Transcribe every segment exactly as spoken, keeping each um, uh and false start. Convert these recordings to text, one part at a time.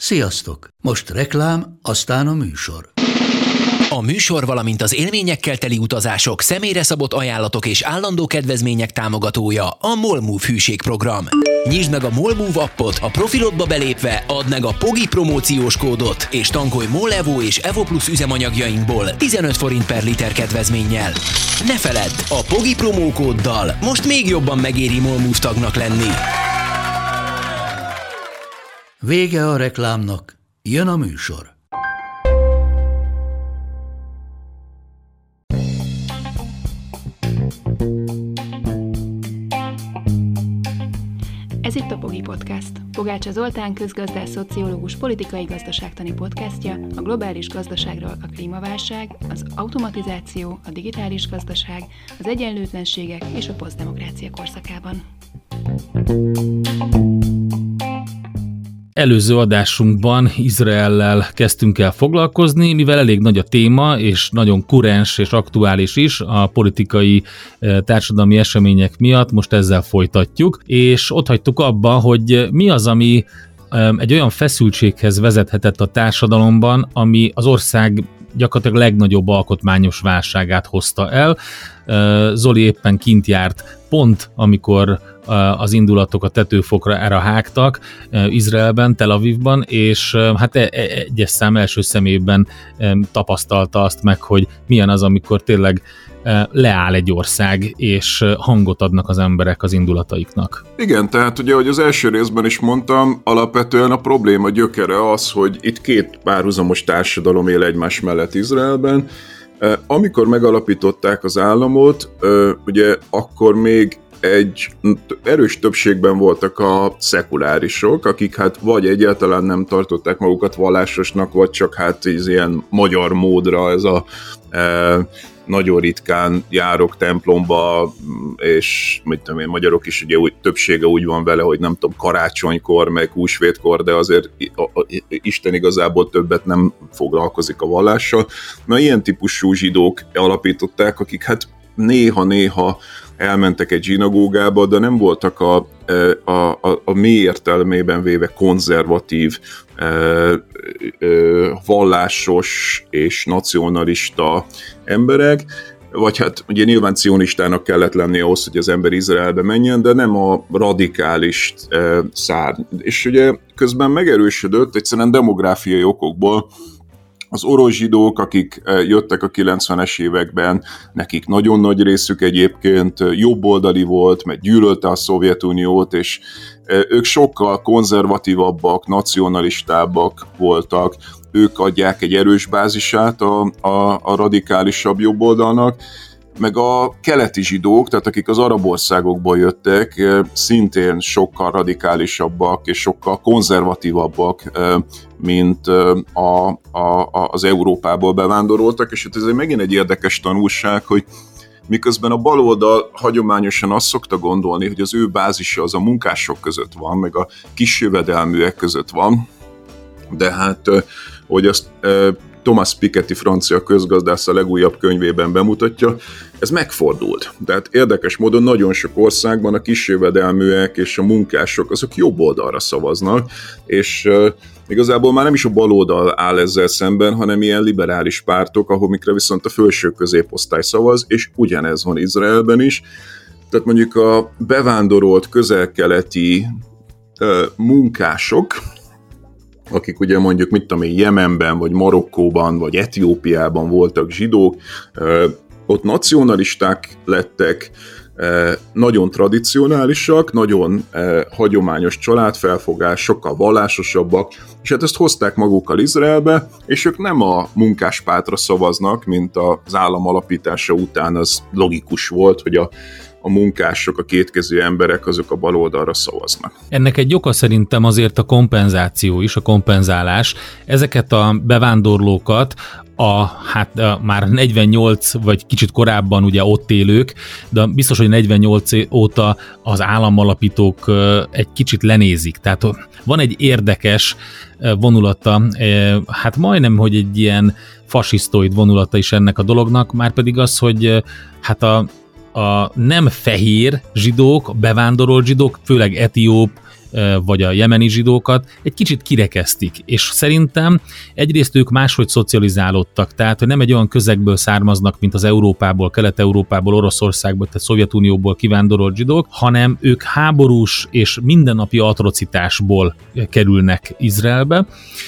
Sziasztok! Most reklám, aztán a műsor. A műsor, valamint az élményekkel teli utazások, személyre szabott ajánlatok és állandó kedvezmények támogatója a MOLMOVE hűségprogram. Nyisd meg a MOLMOVE appot, a profilodba belépve add meg a Pogi promóciós kódot, és tankolj MOL Evo és Evo Plus üzemanyagjainkból tizenöt forint per liter kedvezménnyel. Ne feledd, a Pogi promókóddal most még jobban megéri MOLMOVE tagnak lenni. Vége a reklámnak, jön a műsor. Ez itt a Pogi Podcast. Pogácsa Zoltán közgazdász, szociológus, politikai gazdaságtani podcastja a globális gazdaságról, a klímaválság, az automatizáció, a digitális gazdaság, az egyenlőtlenségek és a posztdemokrácia korszakában. Előző adásunkban Izraellel kezdtünk el foglalkozni, mivel elég nagy a téma, és nagyon kurens és aktuális is a politikai társadalmi események miatt, most ezzel folytatjuk, és ott hagytuk abba, hogy mi az, ami egy olyan feszültséghez vezethetett a társadalomban, ami az ország gyakorlatilag legnagyobb alkotmányos válságát hozta el. Zoli éppen kint járt, pont amikor az indulatok a tetőfokra erre hágtak Izraelben, Tel Avivban, és hát egyes szám első szemében tapasztalta azt meg, hogy milyen az, amikor tényleg leáll egy ország, és hangot adnak az emberek az indulataiknak. Igen, tehát ugye, ahogy az első részben is mondtam, alapvetően a probléma gyökere az, hogy itt két párhuzamos társadalom él egymás mellett Izraelben. Amikor megalapították az államot, ugye akkor még egy erős többségben voltak a szekulárisok, akik hát vagy egyáltalán nem tartották magukat vallásosnak, vagy csak hát ez ilyen magyar módra, ez a e, nagyon ritkán járok templomba, és mit tudom én, magyarok is ugye úgy, többsége úgy van vele, hogy nem tudom, karácsonykor, meg húsvétkor, de azért a, a, Isten igazából többet nem foglalkozik a vallással. Na, ilyen típusú zsidók alapították, akik hát néha-néha elmentek egy zsinagógába, de nem voltak a, a, a, a mély értelmében véve konzervatív, vallásos és nacionalista emberek, vagy hát ugye nyilván cionistának kellett lenni ahhoz, hogy az ember Izraelbe menjen, de nem a radikális szárny. És ugye közben megerősödött egyszerűen demográfiai okokból az orosz zsidók, akik jöttek a kilencvenes években, nekik nagyon nagy részük egyébként jobboldali volt, mert gyűlölte a Szovjetuniót, és ők sokkal konzervatívabbak, nacionalistábbak voltak, ők adják egy erős bázisát a, a, a radikálisabb jobboldalnak, meg a keleti zsidók, tehát akik az arab országokból jöttek, szintén sokkal radikálisabbak és sokkal konzervatívabbak, mint a, a, az Európából bevándoroltak, és ez megint egy érdekes tanulság, hogy miközben a baloldal hagyományosan azt szokta gondolni, hogy az ő bázisa az a munkások között van, meg a kisjövedelműek között van, de hát, hogy azt Thomas Piketty francia közgazdász a legújabb könyvében bemutatja, ez megfordult. Tehát érdekes módon nagyon sok országban a kisjövedelműek és a munkások azok jobb oldalra szavaznak, és uh, igazából már nem is a baloldal áll ezzel szemben, hanem ilyen liberális pártok, ahol mikre viszont a felső középosztály szavaz, és ugyanez van Izraelben is. Tehát mondjuk a bevándorolt közel-keleti uh, munkások, akik ugye mondjuk, mit tudom én, Jemenben, vagy Marokkóban, vagy Etiópiában voltak zsidók, ott nacionalisták lettek, nagyon tradicionálisak, nagyon hagyományos családfelfogás, sokkal vallásosabbak, és hát ezt hozták magukkal Izraelbe, és ők nem a munkáspártra szavaznak, mint az állam alapítása után az logikus volt, hogy a a munkások, a kétkezű emberek, azok a baloldalra szavaznak. Ennek egy oka szerintem azért a kompenzáció is, a kompenzálás. Ezeket a bevándorlókat a, hát a, már negyvennyolc vagy kicsit korábban ugye ott élők, de biztos, hogy negyvennyolc óta az államalapítók egy kicsit lenézik. Tehát van egy érdekes vonulata, hát majdnem, hogy egy ilyen fasisztoid vonulata is ennek a dolognak, már pedig az, hogy hát a a nem fehér zsidók, bevándorolt zsidók, főleg etióp, vagy a jemeni zsidókat egy kicsit kirekesztik, és szerintem egyrészt ők máshogy szocializálódtak, tehát hogy nem egy olyan közegből származnak, mint az Európából, Kelet-Európából, Oroszországból, tehát Szovjetunióból kivándorolt zsidók, hanem ők háborús és mindennapi atrocitásból kerülnek Izraelbe,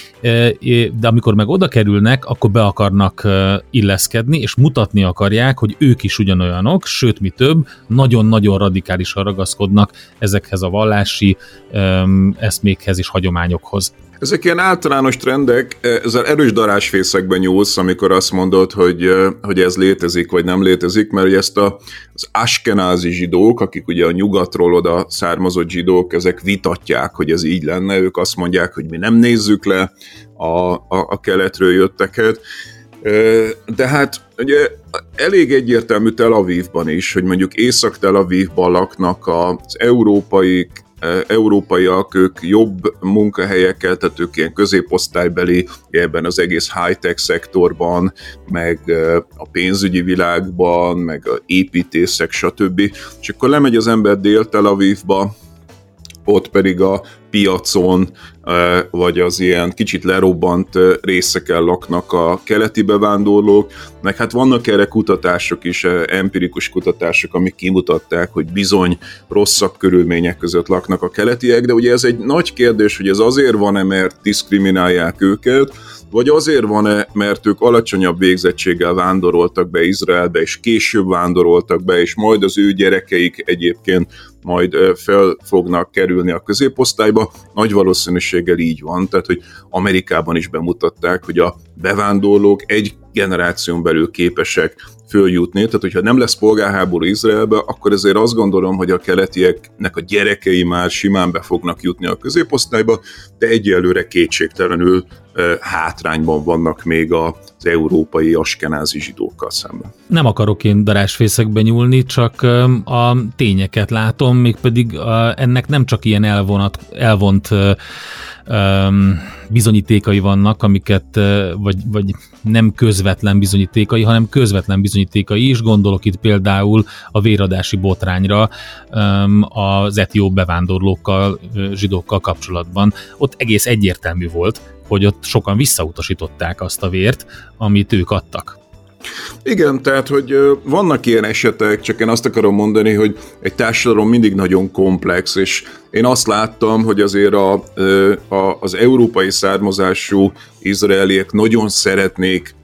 de amikor meg oda kerülnek, akkor be akarnak illeszkedni, és mutatni akarják, hogy ők is ugyanolyanok, sőt, mi több, nagyon-nagyon radikálisan ragaszkodnak ezekhez a vallási um, eszmékhez és hagyományokhoz. Ezek ilyen általános trendek, ezzel erős darásfészekben nyúlsz, amikor azt mondod, hogy, hogy ez létezik, vagy nem létezik, mert ezt a, az askenázi zsidók, akik ugye a nyugatról oda származott zsidók, ezek vitatják, hogy ez így lenne, ők azt mondják, hogy mi nem nézzük le a, a, a keletről jötteket, de hát ugye elég egyértelmű Tel Avivban is, hogy mondjuk Észak-Tel Avivban laknak az európai európaiak, ők jobb munkahelyekkel, tehát ők ilyen középosztálybeli ebben az egész high-tech szektorban, meg a pénzügyi világban, meg a építészek, stb. És akkor lemegy az ember Dél-Tel Avivba, ott pedig a piacon, vagy az ilyen kicsit lerobbant részeken laknak a keleti bevándorlók, meg hát vannak erre kutatások is, empirikus kutatások, amik kimutatták, hogy bizony rosszabb körülmények között laknak a keletiek, de ugye ez egy nagy kérdés, hogy ez azért van-e, mert diszkriminálják őket, vagy azért van-e, mert ők alacsonyabb végzettséggel vándoroltak be Izraelbe, és később vándoroltak be, és majd az ő gyerekeik egyébként majd fel fognak kerülni a középosztályba. Nagy valószínűséggel így van, tehát hogy Amerikában is bemutatták, hogy a bevándorlók egy generáción belül képesek följutni, tehát hogyha nem lesz polgárháború Izraelbe, akkor ezért azt gondolom, hogy a keletieknek a gyerekei már simán be fognak jutni a középosztályba, de egyelőre kétségtelenül e, hátrányban vannak még az európai askenázi zsidókkal szemben. Nem akarok én darásfészekbe nyúlni, csak a tényeket látom, mégpedig ennek nem csak ilyen elvonat, elvont bizonyítékai vannak, amiket, vagy, vagy nem közvetlen bizonyítékai, hanem közvetlen bizonyítékai is. Gondolok itt például a véradási botrányra az etióp bevándorlókkal, zsidókkal kapcsolatban. Ott egész egyértelmű volt, hogy ott sokan visszautasították azt a vért, amit ők adtak. Igen, tehát, hogy vannak ilyen esetek, csak én azt akarom mondani, hogy egy társadalom mindig nagyon komplex, és én azt láttam, hogy azért a, a, az európai származású izraeliek nagyon szeretnék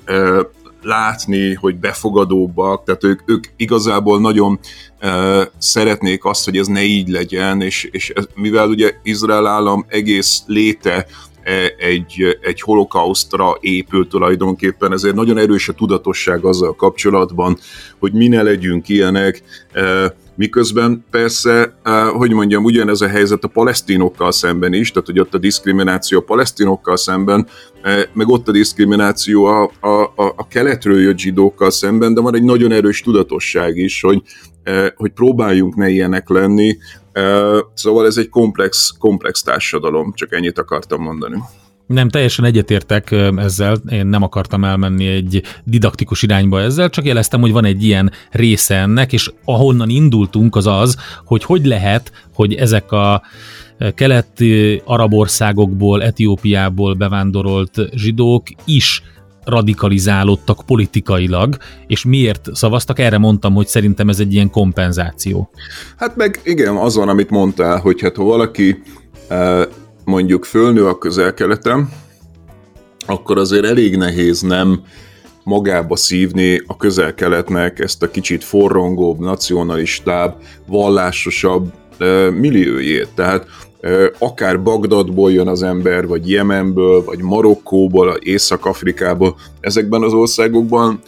látni, hogy befogadóbbak, tehát ők, ők igazából nagyon uh, szeretnék azt, hogy ez ne így legyen, és, és mivel ugye Izrael állam egész léte egy, egy holokausztra épül tulajdonképpen, ezért nagyon erős a tudatosság azzal kapcsolatban, hogy mi ne legyünk ilyenek, miközben persze, hogy mondjam, ugyanez a helyzet a palesztinokkal szemben is, tehát hogy ott a diszkrimináció a palesztinokkal szemben, meg ott a diszkrimináció a, a, a, a keletről jött zsidókkal szemben, de van egy nagyon erős tudatosság is, hogy, hogy próbáljunk ne ilyenek lenni, szóval ez egy komplex, komplex társadalom, csak ennyit akartam mondani. Nem, teljesen egyetértek ezzel, én nem akartam elmenni egy didaktikus irányba ezzel, csak jeleztem, hogy van egy ilyen része ennek, és ahonnan indultunk az az, hogy hogy lehet, hogy ezek a keleti arab országokból, Etiópiából bevándorolt zsidók is radikalizálódtak politikailag, és miért szavaztak? Erre mondtam, hogy szerintem ez egy ilyen kompenzáció. Hát meg igen, az van, amit mondtál, hogy hát ha valaki mondjuk fölnő a Közel-Keleten, akkor azért elég nehéz nem magába szívni a Közel-Keletnek ezt a kicsit forrongóbb, nacionalistább, vallásosabb milliójét. Tehát akár Bagdadból jön az ember, vagy Jemenből, vagy Marokkóból, Észak-Afrikából, ezekben az országokban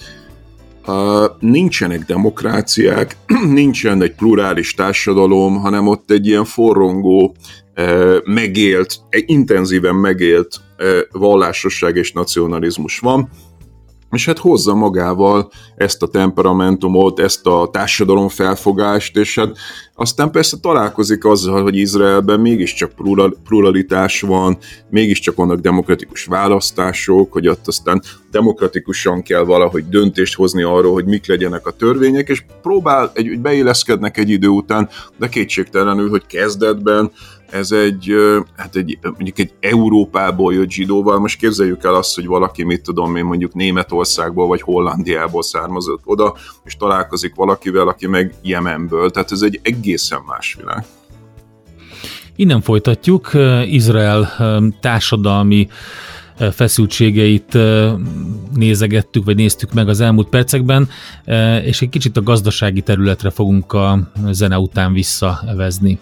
uh, nincsenek demokráciák, nincsen egy plurális társadalom, hanem ott egy ilyen forrongó, uh, megélt, egy intenzíven megélt uh, vallásosság és nacionalizmus van, és hát hozza magával ezt a temperamentumot, ezt a társadalom felfogást, és hát aztán persze találkozik azzal, hogy Izraelben mégiscsak pluralitás van, mégiscsak vannak demokratikus választások, hogy ott aztán demokratikusan kell valahogy döntést hozni arról, hogy mik legyenek a törvények, és próbál, egy, beilleszkednek egy idő után, de kétségtelenül, hogy kezdetben ez egy, hát egy, mondjuk egy Európából jött zsidóval, most képzeljük el azt, hogy valaki, mit tudom én, mondjuk Németországból vagy Hollandiából származott oda, és találkozik valakivel, aki meg Jemenből, tehát ez egy egészen más világ. Innen folytatjuk, Izrael társadalmi feszültségeit nézegettük, vagy néztük meg az elmúlt percekben, és egy kicsit a gazdasági területre fogunk a zene után visszaevezni.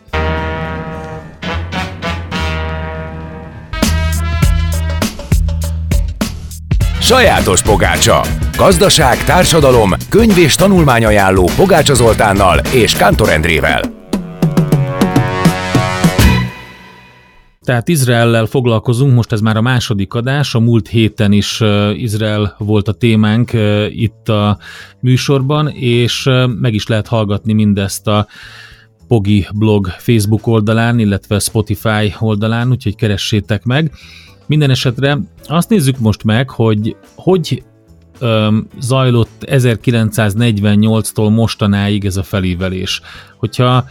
Sajátos pogácsa. Gazdaság, társadalom, könyv és tanulmányajánló Pogácsa Zoltánnal és Kántor Endrével. Tehát Izraellel foglalkozunk, most ez már a második adás, a múlt héten is Izrael volt a témánk itt a műsorban, és meg is lehet hallgatni mindezt a Pogi blog Facebook oldalán, illetve Spotify oldalán, úgyhogy keressétek meg. Minden esetre azt nézzük most meg, hogy hogy öm, zajlott ezerkilencszáznegyvennyolctól mostanáig ez a felívelés. Hogyha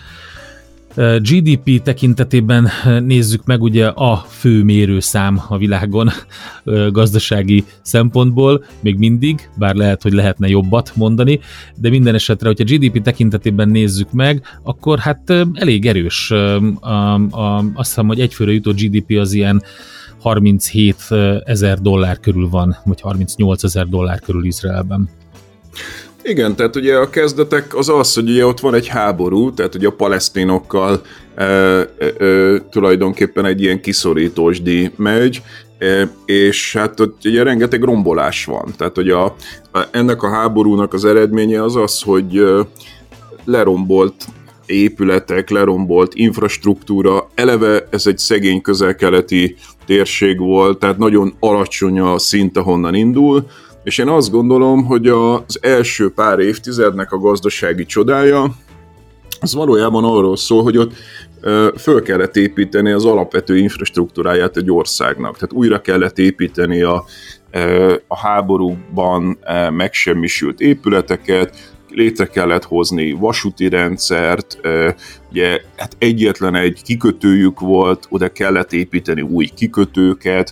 gé dé pé tekintetében nézzük meg, ugye a fő mérőszám a világon gazdasági szempontból, még mindig, bár lehet, hogy lehetne jobbat mondani, de minden esetre, hogyha gé dé pé tekintetében nézzük meg, akkor hát elég erős. A, a, azt hiszem, hogy egyfőre jutó gé dé pé az ilyen harminchét ezer dollár körül van, vagy harmincnyolc ezer dollár körül Izraelben. Igen, tehát ugye a kezdetek az az, hogy ugye ott van egy háború, tehát ugye a palesztinokkal e, e, e, tulajdonképpen egy ilyen kiszorítósdi megy, e, és hát ott ugye rengeteg rombolás van. Tehát ugye a, a, ennek a háborúnak az eredménye az az, hogy e, lerombolt épületek, lerombolt infrastruktúra, eleve ez egy szegény közel-keleti térség volt, tehát nagyon alacsony a szint, ahonnan indul, és én azt gondolom, hogy az első pár évtizednek a gazdasági csodája, az valójában arról szól, hogy ott föl kellett építeni az alapvető infrastruktúráját egy országnak. Tehát újra kellett építeni a, a háborúban megsemmisült épületeket, létre kellett hozni vasúti rendszert, ugye hát egyetlen egy kikötőjük volt, oda kellett építeni új kikötőket,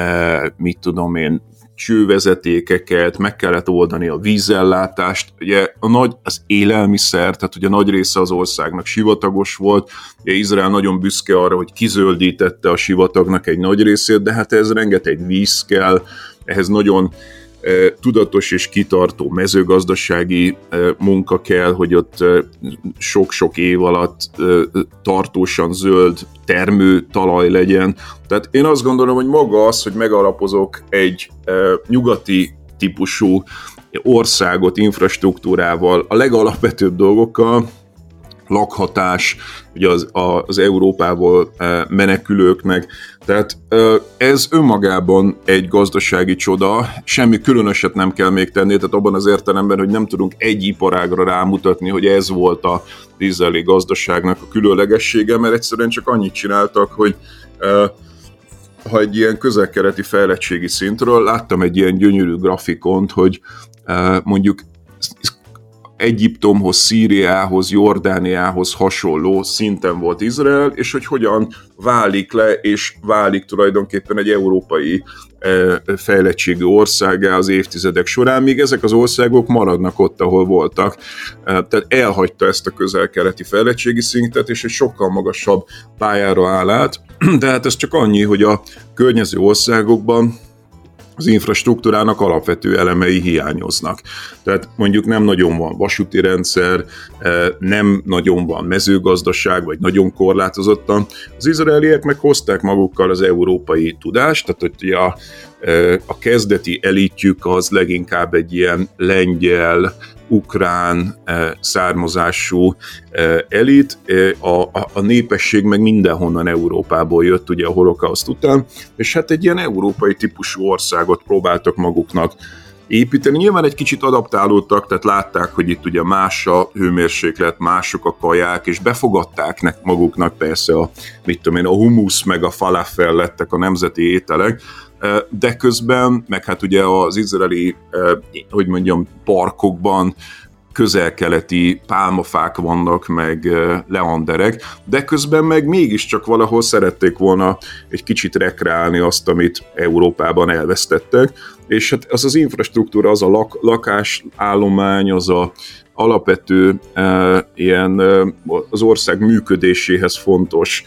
mit tudom én, csővezetékeket, meg kellett oldani a vízellátást, ugye a nagy, az élelmiszer, tehát ugye a nagy része az országnak sivatagos volt, ugye Izrael nagyon büszke arra, hogy kizöldítette a sivatagnak egy nagy részét, de hát ez rengeteg víz kell, ehhez nagyon eh, tudatos és kitartó mezőgazdasági eh, munka kell, hogy ott eh, sok-sok év alatt eh, tartósan zöld termő talaj legyen. Tehát én azt gondolom, hogy maga az, hogy megalapozok egy e, nyugati típusú országot infrastruktúrával, a legalapvetőbb dolgokkal, lakhatás, ugye az, az Európából menekülőknek. Tehát ez önmagában egy gazdasági csoda, semmi különöset nem kell még tenni, tehát abban az értelemben, hogy nem tudunk egy iparágra rámutatni, hogy ez volt az izraeli gazdaságnak a különlegessége, mert egyszerűen csak annyit csináltak, hogy ha egy ilyen közel-keleti fejlettségi szintről láttam egy ilyen gyönyörű grafikont, hogy mondjuk Egyiptomhoz, Szíriához, Jordániához hasonló szinten volt Izrael, és hogy hogyan válik le, és válik tulajdonképpen egy európai fejlettségű országgá az évtizedek során, míg ezek az országok maradnak ott, ahol voltak. Tehát elhagyta ezt a közel-keleti fejlettségi szintet, és egy sokkal magasabb pályára áll át, de hát ez csak annyi, hogy a környező országokban az infrastruktúrának alapvető elemei hiányoznak. Tehát mondjuk nem nagyon van vasúti rendszer, nem nagyon van mezőgazdaság, vagy nagyon korlátozottan. Az izraeliek meg hozták magukkal az európai tudást, tehát hogy a, a kezdeti elitjük az leginkább egy ilyen lengyel, ukrán származású elit, a, a, a népesség meg mindenhonnan Európából jött ugye a holokauszt után, és hát egy ilyen európai típusú országot próbáltak maguknak építeni. Nyilván egy kicsit adaptálódtak, tehát látták, hogy itt ugye más a hőmérséklet, mások a kaják, és befogadták maguknak persze a, mit tudom én, a humusz meg a falafel lettek a nemzeti ételek, de közben, meg hát ugye az izraeli, hogy mondjam, parkokban közel-keleti pálmafák vannak, meg leanderek, de közben meg mégiscsak valahol szerették volna egy kicsit rekreálni azt, amit Európában elvesztettek, és hát az az infrastruktúra, az a lak- lakásállomány, az a alapvető e, ilyen e, az ország működéséhez fontos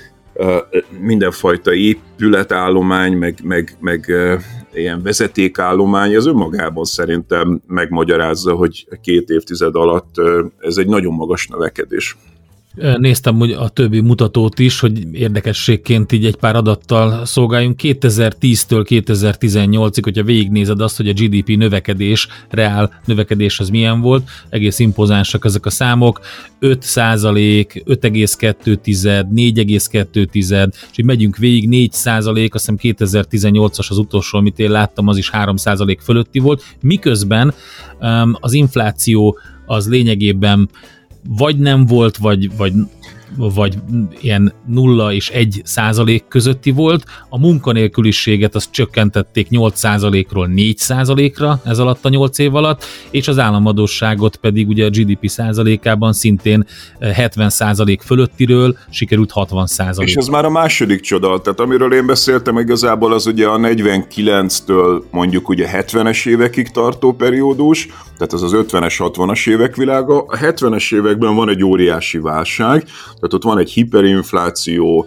e, mindenfajta épületállomány, meg, meg, meg e, ilyen vezetékállomány, ez önmagában szerintem megmagyarázza, hogy két évtized alatt e, ez egy nagyon magas növekedés. Néztem hogy a többi mutatót is, hogy érdekességként így egy pár adattal szolgáljunk. kétezer-tíztől kétezer-tizennyolcig, hogyha végignézed azt, hogy a gé dé pé növekedés, reál növekedés az milyen volt, egész impozánsak ezek a számok, öt százalék, öt egész kettő tized, négy egész kettő tized, és így megyünk végig, négy százalék, azt hiszem kétezer-tizennyolcas az utolsó, amit én láttam, az is három százalék fölötti volt, miközben um, az infláció az lényegében vagy nem volt, vagy, vagy, vagy ilyen nulla és egy százalék közötti volt. A munkanélküliséget azt csökkentették nyolc százalékról négy százalékra ez alatt a nyolc év alatt, és az államadósságot pedig ugye a gé dé pé százalékában szintén hetven százalék fölöttiről sikerült hatvan százalék. És ez már a második csoda, tehát amiről én beszéltem igazából az ugye a negyvenkilenctől mondjuk ugye hetvenes évekig tartó periódus, tehát az az ötvenes, hatvanas évek világa. A hetvenes években van egy óriási válság, tehát ott van egy hiperinfláció,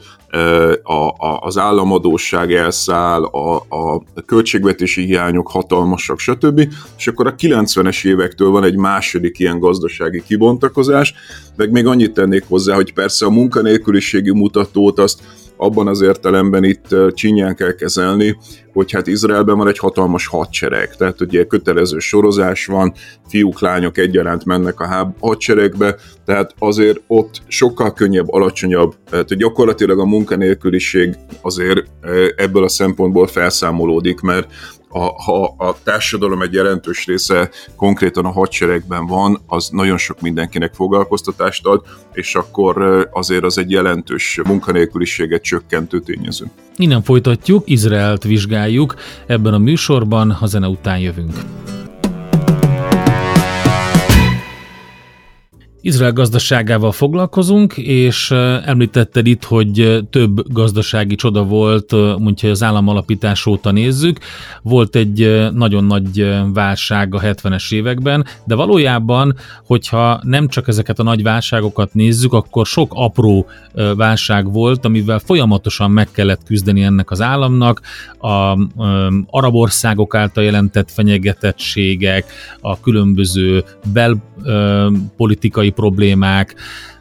a, a, az államadósság elszáll, a, a költségvetési hiányok hatalmasak, stb. És akkor a kilencvenes évektől van egy második ilyen gazdasági kibontakozás, meg még annyit tennék hozzá, hogy persze a munkanélküliségi mutatót azt abban az értelemben itt csinyán kell kezelni, hogy hát Izraelben van egy hatalmas hadsereg, tehát ugye kötelező sorozás van, fiúk, lányok egyaránt mennek a hadseregbe, tehát azért ott sokkal könnyebb, alacsonyabb, tehát gyakorlatilag a munkanélküliség azért ebből a szempontból felszámolódik, mert A, ha a társadalom egy jelentős része konkrétan a hadseregben van, az nagyon sok mindenkinek foglalkoztatást ad, és akkor azért az egy jelentős munkanélküliséget csökkentő tényező. Innen folytatjuk, Izraelt vizsgáljuk, ebben a műsorban, ha zene után jövünk. Izrael gazdaságával foglalkozunk, és említetted itt, hogy több gazdasági csoda volt, mondja, az államalapítás óta nézzük. Volt egy nagyon nagy válság a hetvenes években, de valójában, hogyha nem csak ezeket a nagy válságokat nézzük, akkor sok apró válság volt, amivel folyamatosan meg kellett küzdeni ennek az államnak. A arab országok által jelentett fenyegetettségek, a különböző belpolitikai problémák,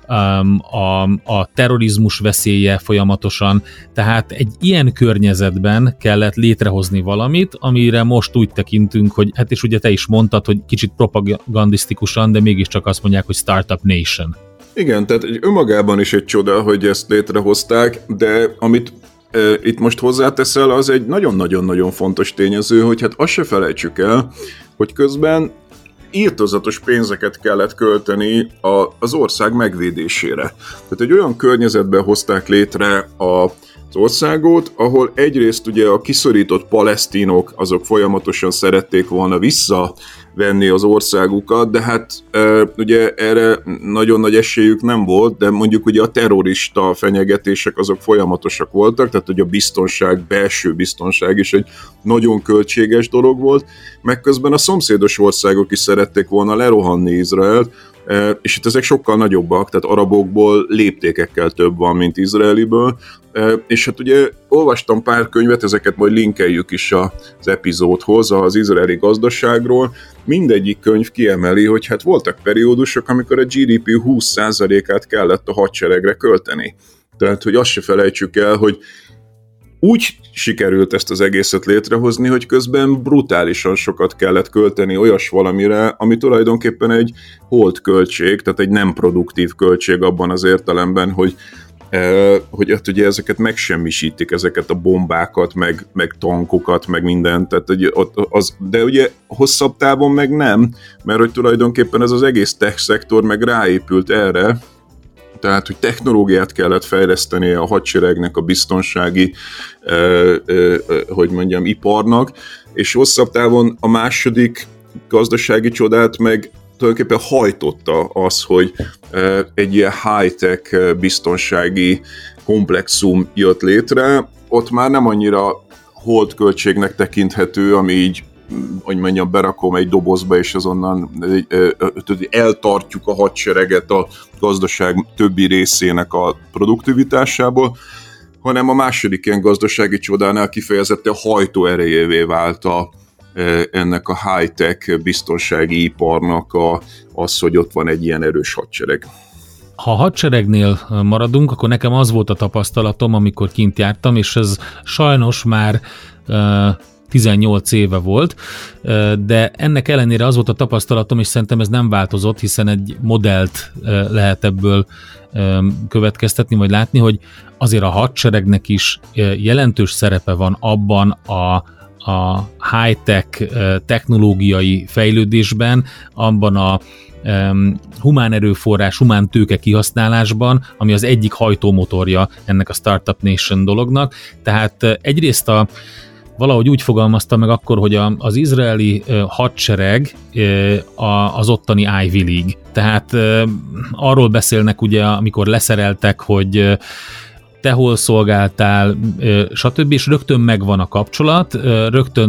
a, a terrorizmus veszélye folyamatosan, tehát egy ilyen környezetben kellett létrehozni valamit, amire most úgy tekintünk, hogy hát és ugye te is mondtad, hogy kicsit propagandisztikusan, de mégiscsak azt mondják, hogy Startup Nation. Igen, tehát önmagában is egy csoda, hogy ezt létrehozták, de amit e, itt most hozzáteszel, az egy nagyon-nagyon-nagyon fontos tényező, hogy hát azt se felejtsük el, hogy közben írtózatos pénzeket kellett költeni a, az ország megvédésére. Tehát egy olyan környezetben hozták létre a, az országot, ahol egyrészt ugye a kiszorított palesztinok, azok folyamatosan szerették volna visszavenni az országukat, de hát e, ugye erre nagyon nagy esélyük nem volt, de mondjuk ugye a terrorista fenyegetések azok folyamatosak voltak, tehát ugye a biztonság, belső biztonság is egy nagyon költséges dolog volt, meg közben a szomszédos országok is szerették volna lerohanni Izraelt, és itt ezek sokkal nagyobbak, tehát arabokból léptékekkel több van, mint izraeliből, és hát ugye olvastam pár könyvet, ezeket majd linkeljük is az epizódhoz, az izraeli gazdaságról, mindegyik könyv kiemeli, hogy hát voltak periódusok, amikor a gé dé pé húsz százalékát kellett a hadseregre költeni. Tehát, hogy azt se felejtsük el, hogy úgy sikerült ezt az egészet létrehozni, hogy közben brutálisan sokat kellett költeni olyas valamire, ami tulajdonképpen egy holt költség, tehát egy nem produktív költség abban az értelemben, hogy, eh, hogy hát ugye ezeket megsemmisítik, ezeket a bombákat, meg, meg tankokat, meg mindent, tehát ugye az, de ugye hosszabb távon meg nem, mert hogy tulajdonképpen ez az egész tech szektor meg ráépült erre, tehát, hogy technológiát kellett fejlesztenie a hadseregnek, a biztonsági, eh, eh, hogy mondjam, iparnak, és hosszabb távon a második gazdasági csodát meg tulajdonképpen hajtotta az, hogy egy ilyen high-tech biztonsági komplexum jött létre. Ott már nem annyira holdköltségnek tekinthető, ami így, hogy mondjam, berakom egy dobozba, és azonnan eltartjuk a hadsereget a gazdaság többi részének a produktivitásából, hanem a második ilyen gazdasági csodánál kifejezetten hajtóerejévé vált a, ennek a high-tech biztonsági iparnak a, az, hogy ott van egy ilyen erős hadsereg. Ha a hadseregnél maradunk, akkor nekem az volt a tapasztalatom, amikor kint jártam, és ez sajnos már tizennyolc éve volt, de ennek ellenére az volt a tapasztalatom, és szerintem ez nem változott, hiszen egy modellt lehet ebből következtetni, vagy látni, hogy azért a hadseregnek is jelentős szerepe van abban a a high-tech technológiai fejlődésben, abban a um, humán erőforrás, humán tőke kihasználásban, ami az egyik hajtómotorja ennek a Startup Nation dolognak. Tehát egyrészt a valahogy úgy fogalmazta meg akkor, hogy a, az izraeli uh, hadsereg uh, a, az ottani Ivy League. Tehát uh, arról beszélnek ugye, amikor leszereltek, hogy uh, te hol szolgáltál, stb. És rögtön megvan a kapcsolat, rögtön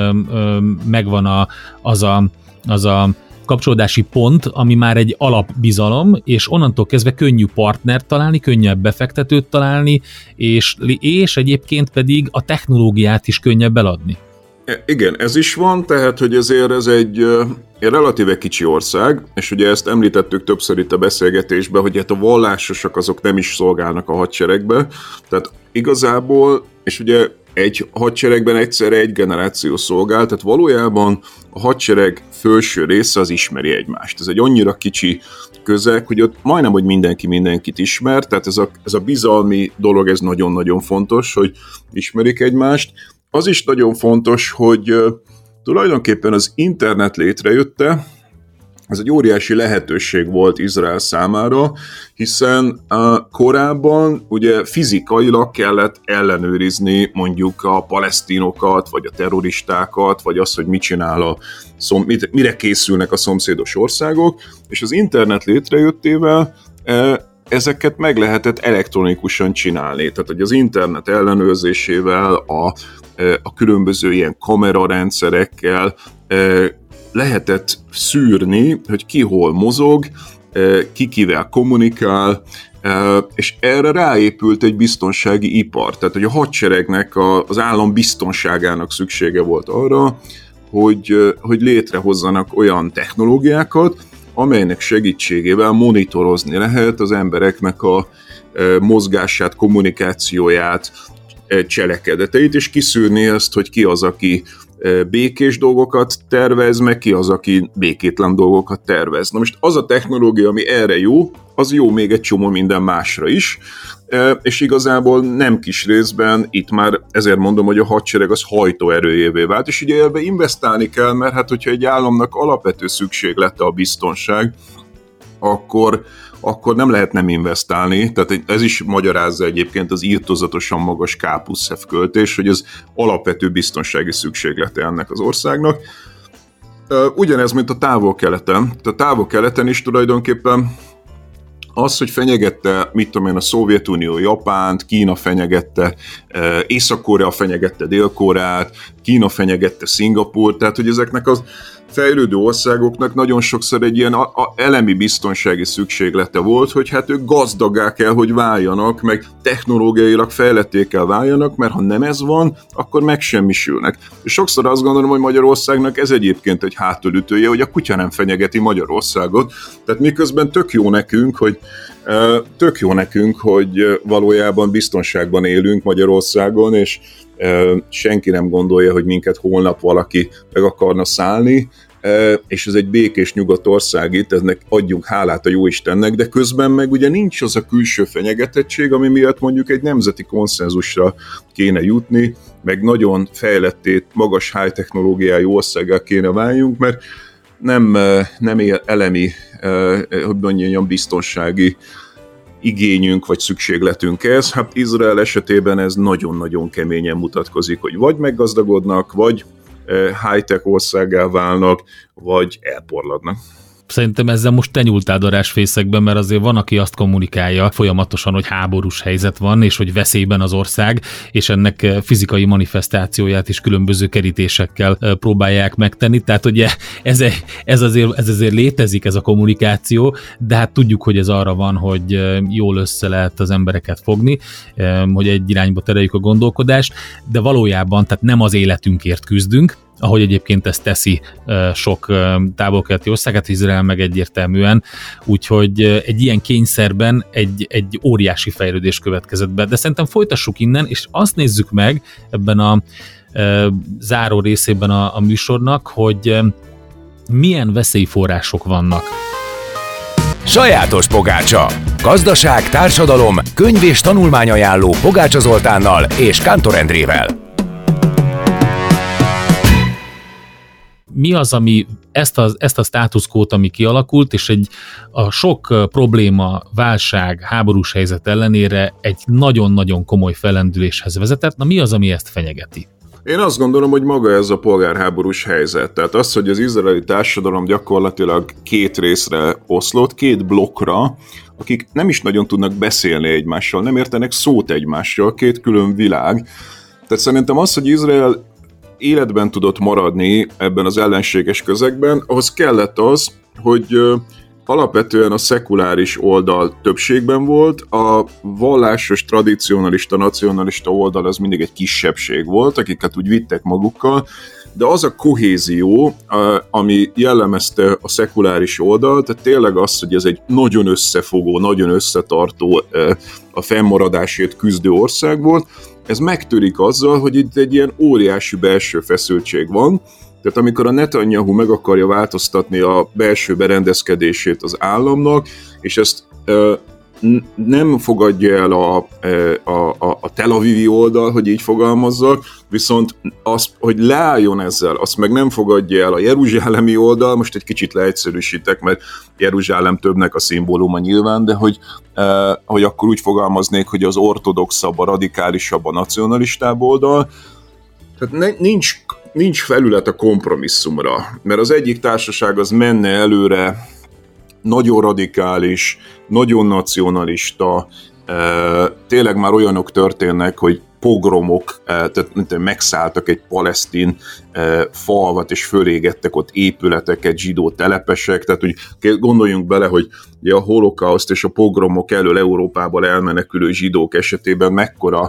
megvan a, az, a, az a kapcsolódási pont, ami már egy alapbizalom, és onnantól kezdve könnyű partnert találni, könnyebb befektetőt találni, és, és egyébként pedig a technológiát is könnyebb eladni. Igen, ez is van, tehát hogy ezért ez egy, egy relatíve kicsi ország, és ugye ezt említettük többször itt a beszélgetésben, hogy hát a vallásosak azok nem is szolgálnak a hadseregbe, tehát igazából, és ugye egy hadseregben egyszerre egy generáció szolgál, tehát valójában a hadsereg felső része az ismeri egymást. Ez egy annyira kicsi közeg, hogy ott majdnem, hogy mindenki mindenkit ismer, tehát ez a, ez a bizalmi dolog, ez nagyon-nagyon fontos, hogy ismerik egymást. Az is nagyon fontos, hogy uh, tulajdonképpen az internet létrejötte, ez egy óriási lehetőség volt Izrael számára, hiszen uh, korábban ugye fizikailag kellett ellenőrizni mondjuk a palesztinokat, vagy a terroristákat, vagy azt, hogy mit csinál a szom- mit, mire készülnek a szomszédos országok, és az internet létrejöttével uh, ezeket meg lehetett elektronikusan csinálni. Tehát, hogy az internet ellenőrzésével, a, a különböző ilyen kamerarendszerekkel lehetett szűrni, hogy ki hol mozog, ki kivel kommunikál, és erre ráépült egy biztonsági ipar. Tehát, hogy a hadseregnek, az állam biztonságának szüksége volt arra, hogy, hogy létrehozzanak olyan technológiákat, amelynek segítségével monitorozni lehet az embereknek a mozgását, kommunikációját, cselekedeteit, és kiszűrni ezt, hogy ki az, aki békés dolgokat tervez, meg ki az, aki békétlen dolgokat tervez. Na most az a technológia, ami erre jó, az jó még egy csomó minden másra is, és igazából nem kis részben, itt már ezért mondom, hogy a hadsereg az hajtóerőjévé vált, és ugye ebbe investálni kell, mert hát hogyha egy államnak alapvető szükséglete a biztonság, akkor, akkor nem lehet nem investálni, tehát ez is magyarázza egyébként az írtózatosan magas K plusz F költés, hogy ez alapvető biztonsági szükséglete ennek az országnak. Ugyanez, mint a távol-keleten. A távol-keleten is tulajdonképpen az, hogy fenyegette, mit tudom én, a Szovjetunió Japánt, Kína fenyegette, Észak-Korea fenyegette Dél-Koreát, Kína fenyegette Szingapúrt, tehát hogy ezeknek az fejlődő országoknak nagyon sokszor egy ilyen a, a elemi biztonsági szükséglete volt, hogy hát ők gazdagá kell, hogy váljanak, meg technológiailag fejletté kell váljanak, mert ha nem ez van, akkor megsemmisülnek. És sokszor azt gondolom, hogy Magyarországnak ez egyébként egy hátulütője, hogy a kutya nem fenyegeti Magyarországot. Tehát miközben tök jó nekünk, hogy tök jó nekünk, hogy valójában biztonságban élünk Magyarországon, és senki nem gondolja, hogy minket holnap valaki meg akarna szállni, és ez egy békés nyugatország itt, eznek adjunk hálát a Jóistennek, de közben meg ugye nincs az a külső fenyegetettség, ami miatt mondjuk egy nemzeti konszenzusra kéne jutni, meg nagyon fejletté, magas high technológiájú országgá kéne váljunk, mert nem, nem elemi, hogy mondjam, biztonsági igényünk vagy szükségletünk ez. Hát Izrael esetében ez nagyon-nagyon keményen mutatkozik, hogy vagy meggazdagodnak, vagy high-tech országgá válnak, vagy elporladnak. Szerintem ezzel most te nyúltál darásfészekben, mert azért van, aki azt kommunikálja folyamatosan, hogy háborús helyzet van, és hogy veszélyben az ország, és ennek fizikai manifestációját is különböző kerítésekkel próbálják megtenni. Tehát ugye ez, ez, azért, ez azért létezik, ez a kommunikáció, de hát tudjuk, hogy ez arra van, hogy jól össze lehet az embereket fogni, hogy egy irányba tereljük a gondolkodást, de valójában tehát nem az életünkért küzdünk, ahogy egyébként ezt teszi sok távol-keleti ország, hát Izrael meg egyértelműen, úgyhogy egy ilyen kényszerben egy, egy óriási fejlődés következett be. De szerintem folytassuk innen, és azt nézzük meg ebben a e, záró részében a, a műsornak, hogy e, milyen veszélyforrások vannak. Sajátos pogácsa. Gazdaság, társadalom, könyv és tanulmányajánló Pogácsa Zoltánnal és Kántor Endrével. Mi az, ami ezt a, ezt a státuszkót, ami kialakult, és egy a sok probléma, válság, háborús helyzet ellenére egy nagyon-nagyon komoly fellendüléshez vezetett. Na mi az, ami ezt fenyegeti? Én azt gondolom, hogy maga ez a polgárháborús helyzet. Tehát az, hogy az izraeli társadalom gyakorlatilag két részre oszlott, két blokkra, akik nem is nagyon tudnak beszélni egymással, nem értenek szót egymással, két külön világ. Tehát szerintem az, hogy Izrael életben tudott maradni ebben az ellenséges közegben, ahhoz kellett az, hogy alapvetően a szekuláris oldal többségben volt, a vallásos, tradicionalista, nacionalista oldal az mindig egy kisebbség volt, akiket úgy vittek magukkal, de az a kohézió, ami jellemezte a szekuláris oldalt, tehát tényleg az, hogy ez egy nagyon összefogó, nagyon összetartó, a fennmaradásért küzdő ország volt, ez megtörik azzal, hogy itt egy ilyen óriási belső feszültség van. Tehát amikor a Netanyahu meg akarja változtatni a belső berendezkedését az államnak, és ezt ö, nem fogadja el a, a, a, a Tel Avivi oldal, hogy így fogalmazzak, viszont az, hogy leálljon ezzel, azt meg nem fogadja el a jeruzsálemi oldal, most egy kicsit leegyszerűsítek, mert Jeruzsálem többnek a szimbóluma nyilván, de hogy, eh, hogy akkor úgy fogalmaznék, hogy az ortodoxabb, a radikálisabb, a nacionalistább oldal, tehát ne, nincs, nincs felület a kompromisszumra, mert az egyik társaság az menne előre, nagyon radikális, nagyon nacionalista, tényleg már olyanok történnek, hogy pogromok, tehát megszálltak egy palesztin falvat, és fölégettek ott épületeket, zsidó telepesek, tehát hogy gondoljunk bele, hogy a holokauszt és a pogromok elől Európából elmenekülő zsidók esetében mekkora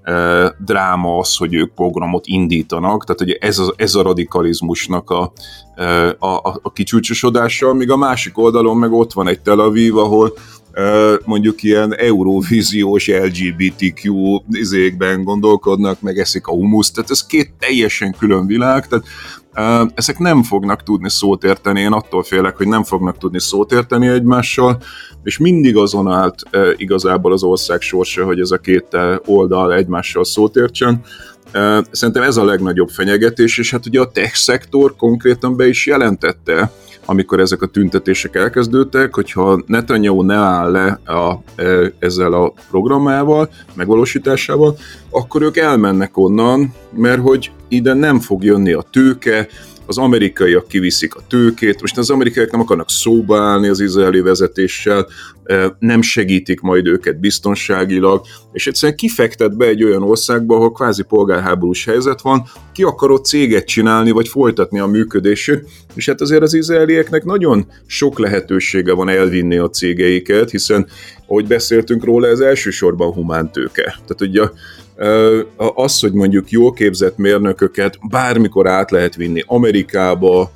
dráma az, hogy ők pogromot indítanak, tehát hogy ez a, ez a radikalizmusnak a, a, a, a kicsúcsosodása, míg a másik oldalon meg ott van egy Tel Aviv, ahol mondjuk ilyen eurovíziós el gé bé té kú izékben gondolkodnak, meg eszik a humuszt, tehát ez két teljesen külön világ, tehát uh, ezek nem fognak tudni szót érteni, én attól félek, hogy nem fognak tudni szót érteni egymással, és mindig azon állt uh, igazából az ország sorsa, hogy ez a két uh, oldal egymással szót értsen. Uh, szerintem ez a legnagyobb fenyegetés, és hát ugye a tech szektor konkrétan be is jelentette, amikor ezek a tüntetések elkezdődtek, hogyha Netanyahu ne áll le a, ezzel a programával, megvalósításával, akkor ők elmennek onnan, mert hogy ide nem fog jönni a tőke, az amerikaiak kiviszik a tőkét, most az amerikaiak nem akarnak szóba állni az izraeli vezetéssel, nem segítik majd őket biztonságilag, és egyszerűen kifektet be egy olyan országba, ahol kvázi polgárháborús helyzet van, ki akarod céget csinálni, vagy folytatni a működését, és hát azért az izraelieknek nagyon sok lehetősége van elvinni a cégeiket, hiszen, ahogy beszéltünk róla, ez elsősorban humántőke. Tehát ugye az, hogy mondjuk jól képzett mérnököket bármikor át lehet vinni Amerikába,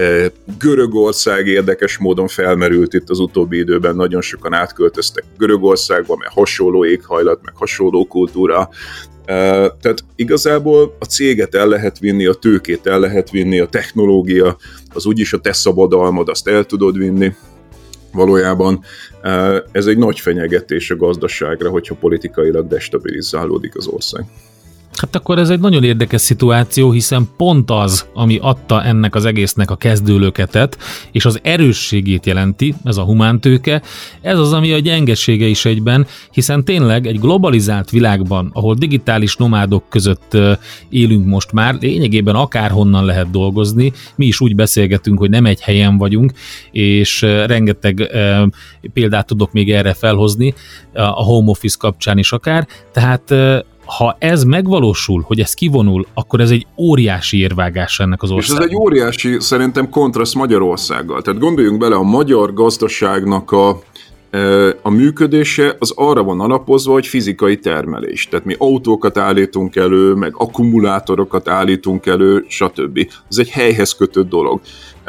Görögország érdekes módon felmerült itt az utóbbi időben, nagyon sokan átköltöztek Görögországba, mert hasonló éghajlat, meg hasonló kultúra. Tehát igazából a céget el lehet vinni, a tőkét el lehet vinni, a technológia, az úgyis a te szabadalmad, azt el tudod vinni. Valójában ez egy nagy fenyegetés a gazdaságra, hogyha politikailag destabilizálódik az ország. Hát akkor ez egy nagyon érdekes szituáció, hiszen pont az, ami adta ennek az egésznek a kezdőlöketet, és az erősségét jelenti, ez a humántőke, ez az, ami a gyengesége is egyben, hiszen tényleg egy globalizált világban, ahol digitális nomádok között élünk most már, lényegében akárhonnan lehet dolgozni, mi is úgy beszélgetünk, hogy nem egy helyen vagyunk, és rengeteg példát tudok még erre felhozni, a home office kapcsán is akár, tehát ha ez megvalósul, hogy ez kivonul, akkor ez egy óriási érvágás ennek az országnak. És ez egy óriási, szerintem kontraszt Magyarországgal. Tehát gondoljunk bele, a magyar gazdaságnak a, a működése az arra van alapozva, hogy fizikai termelés. Tehát mi autókat állítunk elő, meg akkumulátorokat állítunk elő, stb. Ez egy helyhez kötött dolog.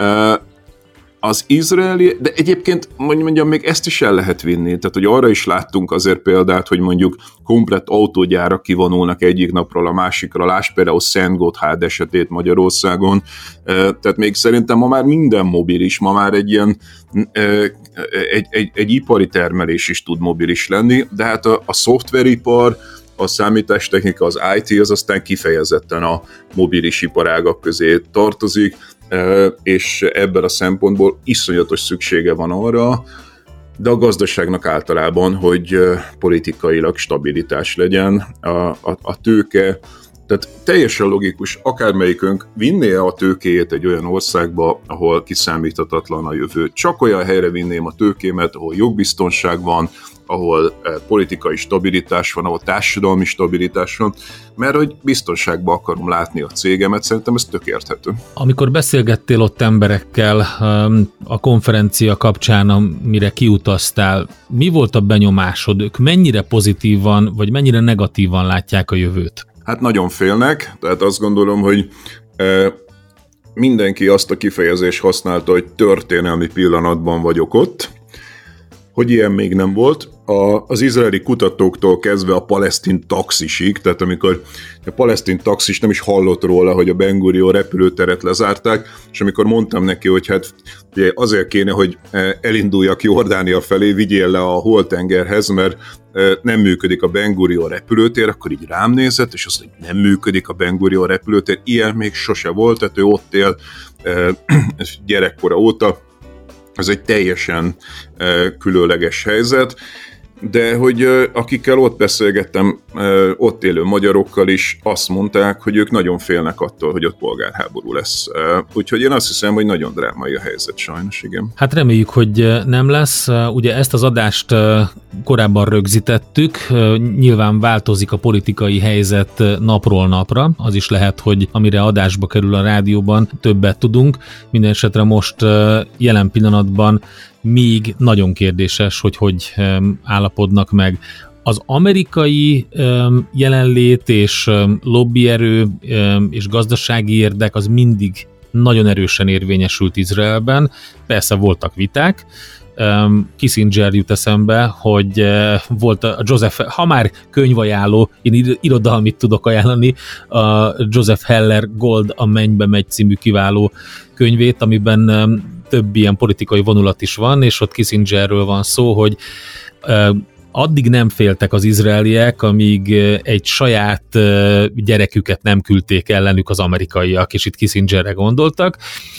Az izraeli, de egyébként mondjam, még ezt is el lehet vinni, tehát hogy arra is láttunk azért példát, hogy mondjuk komplett autógyárak kivonulnak egyik napról a másikra, láss például Szent Gotthárd esetét Magyarországon, tehát még szerintem ma már minden mobilis, ma már egy ilyen egy, egy, egy ipari termelés is tud mobilis lenni, de hát a, a szoftveripar, a számítástechnika, az i té az aztán kifejezetten a mobilis iparágak közé tartozik, és ebben a szempontból iszonyatos szüksége van arra, de a gazdaságnak általában, hogy politikailag stabilitás legyen, a, a, a tőke, tehát teljesen logikus, akármelyikünk vinné a tőkéjét egy olyan országba, ahol kiszámíthatatlan a jövő. Csak olyan helyre vinném a tőkémet, ahol jogbiztonság van, ahol politikai stabilitás van, ahol társadalmi stabilitás van, mert hogy biztonságban akarom látni a cégemet, szerintem ez tök érthető. Amikor beszélgettél ott emberekkel a konferencia kapcsán, amire kiutaztál, mi volt a benyomásod? Ők mennyire pozitívan, vagy mennyire negatívan látják a jövőt? Hát nagyon félnek, tehát azt gondolom, hogy mindenki azt a kifejezést használta, hogy történelmi pillanatban vagyok ott, hogy ilyen még nem volt. A, az izraeli kutatóktól kezdve a palesztin taxisig, tehát amikor a palesztin taxis nem is hallott róla, hogy a Ben Gurion repülőteret lezárták, és amikor mondtam neki, hogy hát ugye azért kéne, hogy elinduljak Jordánia felé, vigyél le a Holtengerhez, mert nem működik a Ben Gurion repülőtér, akkor így rám nézett, és azt mondja, hogy nem működik a Ben Gurion repülőtér, ilyen még sose volt, tehát ő ott él gyerekkora óta. Ez egy teljesen uh, különleges helyzet, de hogy uh, akikkel ott beszélgettem, uh, ott élő magyarokkal is azt mondták, hogy ők nagyon félnek attól, hogy ott polgárháború lesz. Uh, úgyhogy én azt hiszem, hogy nagyon drámai a helyzet sajnos, igen. Hát reméljük, hogy nem lesz. Ugye ezt az adást korábban rögzítettük, nyilván változik a politikai helyzet napról napra, az is lehet, hogy amire adásba kerül a rádióban, többet tudunk. Minden esetre most jelen pillanatban még nagyon kérdéses, hogy hogy állapodnak meg. Az amerikai jelenlét és lobbyerő és gazdasági érdek az mindig nagyon erősen érvényesült Izraelben. Persze voltak viták, Kissinger jut eszembe, hogy volt a Joseph, ha már könyvajánló, én irodalmit tudok ajánlani, a Joseph Heller Gold a mennybe megy című kiváló könyvét, amiben több ilyen politikai vonulat is van, és ott Kissingerről van szó, hogy addig nem féltek az izraeliek, amíg egy saját gyereküket nem küldték ellenük az amerikaiak, és itt Kissingerre gondoltak,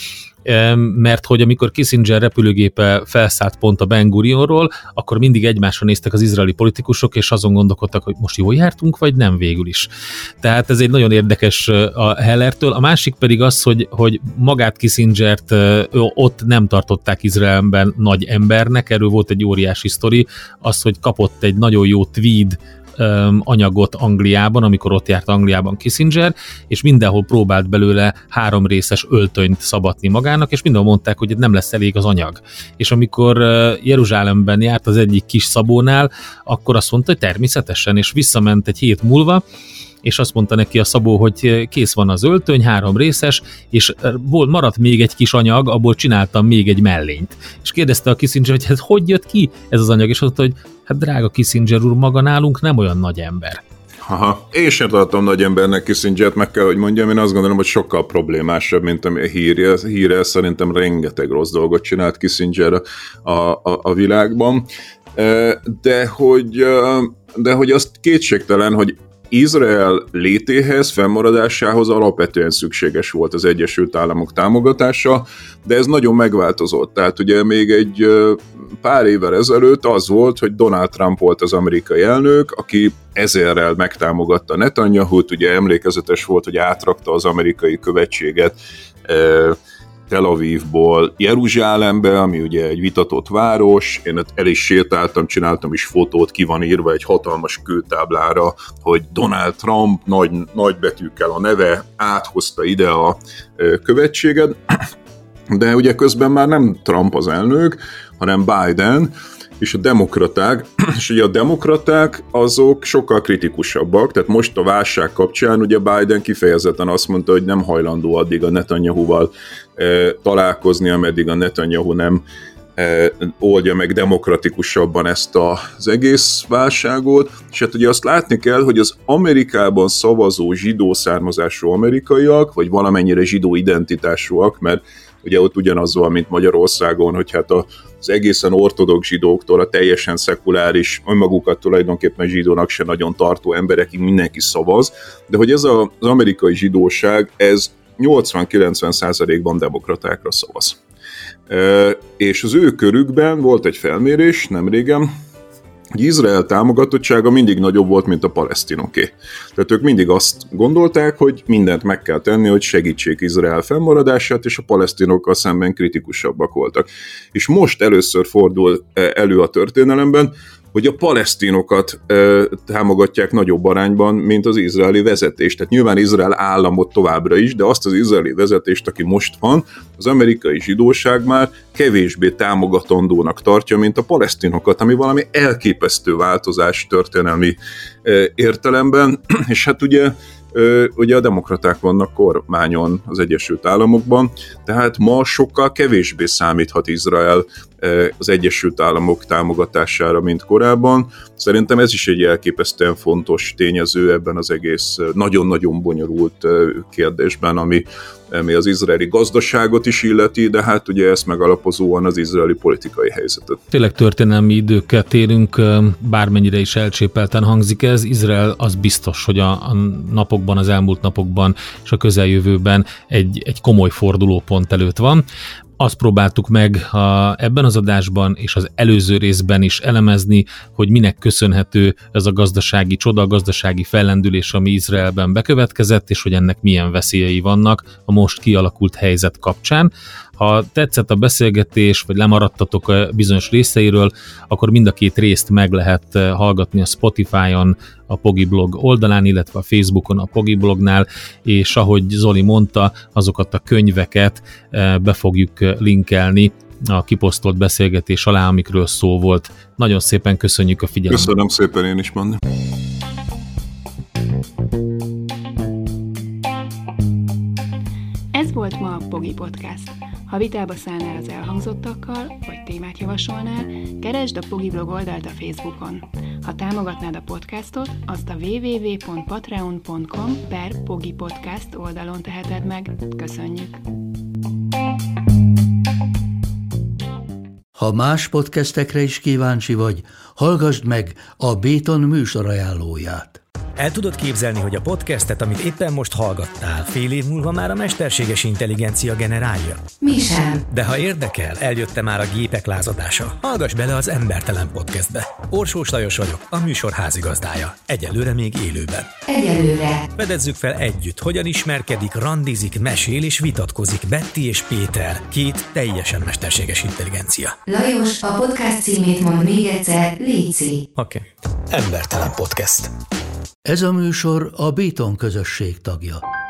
mert hogy amikor Kissinger repülőgépe felszállt pont a Ben Gurionról, akkor mindig egymásra néztek az izraeli politikusok, és azon gondolkodtak, hogy most jól jártunk, vagy nem végül is. Tehát ez egy nagyon érdekes a Hellertől. A másik pedig az, hogy, hogy magát Kissingert ott nem tartották Izraelben nagy embernek, erről volt egy óriási sztori, az, hogy kapott egy nagyon jó tweed anyagot Angliában, amikor ott járt Angliában Kissinger, és mindenhol próbált belőle három részes öltönyt szabadni magának, és mindenhol mondták, hogy nem lesz elég az anyag. És amikor Jeruzsálemben járt az egyik kis szabónál, akkor azt mondta, hogy természetesen, és visszament egy hét múlva, és azt mondta neki a szabó, hogy kész van az öltöny, három részes, és volt, maradt még egy kis anyag, abból csináltam még egy mellényt. És kérdezte a Kissinger, hogy hát hogy jött ki ez az anyag, és azt mondta, hogy hát drága Kissinger úr, maga nálunk nem olyan nagy ember. Aha, én sem tartom nagy embernek Kissingert, meg kell, hogy mondjam, én azt gondolom, hogy sokkal problémásabb, mint ami a hírje. Hírre szerintem rengeteg rossz dolgot csinált Kissinger a, a, a világban, de hogy, de hogy azt kétségtelen, hogy Izrael létéhez, fennmaradásához alapvetően szükséges volt az Egyesült Államok támogatása, de ez nagyon megváltozott. Tehát ugye még egy pár évvel ezelőtt az volt, hogy Donald Trump volt az amerikai elnök, aki ezerrel megtámogatta Netanyahut, ugye emlékezetes volt, hogy átrakta az amerikai követséget Tel Avivból Jeruzsálembe, ami ugye egy vitatott város. Én el is sétáltam, csináltam is fotót, ki van írva egy hatalmas kőtáblára, hogy Donald Trump nagy, nagy betűkkel a neve áthozta ide a követséget. De ugye közben már nem Trump az elnök, hanem Biden, és a demokraták, és ugye a demokraták azok sokkal kritikusabbak, tehát most a válság kapcsán ugye Biden kifejezetten azt mondta, hogy nem hajlandó addig a Netanyahuval e, találkozni, ameddig a Netanyahu nem e, oldja meg demokratikusabban ezt az egész válságot, és hát ugye azt látni kell, hogy az Amerikában szavazó zsidó származású amerikaiak, vagy valamennyire zsidó identitásúak, mert ugye ott ugyanaz van, mint Magyarországon, hogy hát az egészen ortodox zsidóktól a teljesen szekuláris, önmagukat tulajdonképpen zsidónak se nagyon tartó emberekig mindenki szavaz, de hogy ez az amerikai zsidóság, ez nyolcvan-kilencven százalékban demokratákra szavaz. E, és az ő körükben volt egy felmérés nemrégen, hogy Izrael támogatottsága mindig nagyobb volt, mint a palesztinoké. Tehát ők mindig azt gondolták, hogy mindent meg kell tenni, hogy segítsék Izrael fennmaradását, és a palesztinokkal szemben kritikusabbak voltak. És most először fordul elő a történelemben, hogy a palesztinokat e, támogatják nagyobb arányban, mint az izraeli vezetést. Tehát nyilván Izrael államot továbbra is, de azt az izraeli vezetést, aki most van, az amerikai zsidóság már kevésbé támogatandónak tartja, mint a palesztinokat, ami valami elképesztő változás történelmi e, értelemben, és hát ugye ugye a demokraták vannak kormányon az Egyesült Államokban, tehát ma sokkal kevésbé számíthat Izrael az Egyesült Államok támogatására, mint korábban. Szerintem ez is egy elképesztően fontos tényező ebben az egész nagyon-nagyon bonyolult kérdésben, ami, ami az izraeli gazdaságot is illeti, de hát ugye ezt megalapozóan az izraeli politikai helyzetet. Tényleg történelmi időket érünk, bármennyire is elcsépelten hangzik ez. Izrael az biztos, hogy a, a napokban, az elmúlt napokban és a közeljövőben egy, egy komoly fordulópont előtt van. Azt próbáltuk meg a, ebben az adásban és az előző részben is elemezni, hogy minek köszönhető ez a gazdasági csoda, a gazdasági fellendülés, ami Izraelben bekövetkezett, és hogy ennek milyen veszélyei vannak a most kialakult helyzet kapcsán. Ha tetszett a beszélgetés, vagy lemaradtatok a bizonyos részeiről, akkor mind a két részt meg lehet hallgatni a Spotify-on, a Pogi Blog oldalán, illetve a Facebookon, a Pogi Blognál, és ahogy Zoli mondta, azokat a könyveket be fogjuk linkelni a kiposztolt beszélgetés alá, amikről szó volt. Nagyon szépen köszönjük a figyelmet. Köszönöm szépen én is, Manni. Ez volt ma a Pogi Podcast. Ha vitába szállnál az elhangzottakkal, vagy témát javasolnál, keresd a Pogi Blog oldalt a Facebookon. Ha támogatnád a podcastot, azt a www.patreon.com per Pogi Podcast oldalon teheted meg. Köszönjük! Ha más podcastekre is kíváncsi vagy, hallgassd meg a Béton műsor ajánlóját. El tudod képzelni, hogy a podcastet, amit éppen most hallgattál, fél év múlva már a mesterséges intelligencia generálja? Mi sem. De ha érdekel, eljött már a gépek lázadása. Hallgass bele az Embertelen Podcastbe. Orsós Lajos vagyok, a műsor házigazdája. Egyelőre még élőben. Egyelőre. Fedezzük fel együtt, hogyan ismerkedik, randizik, mesél és vitatkozik Betty és Péter, két teljesen mesterséges intelligencia. Lajos, a podcast címét mond még egyszer, léci. Oké. Okay. Embertelen Podcast. Ez a műsor a Béton közösség tagja.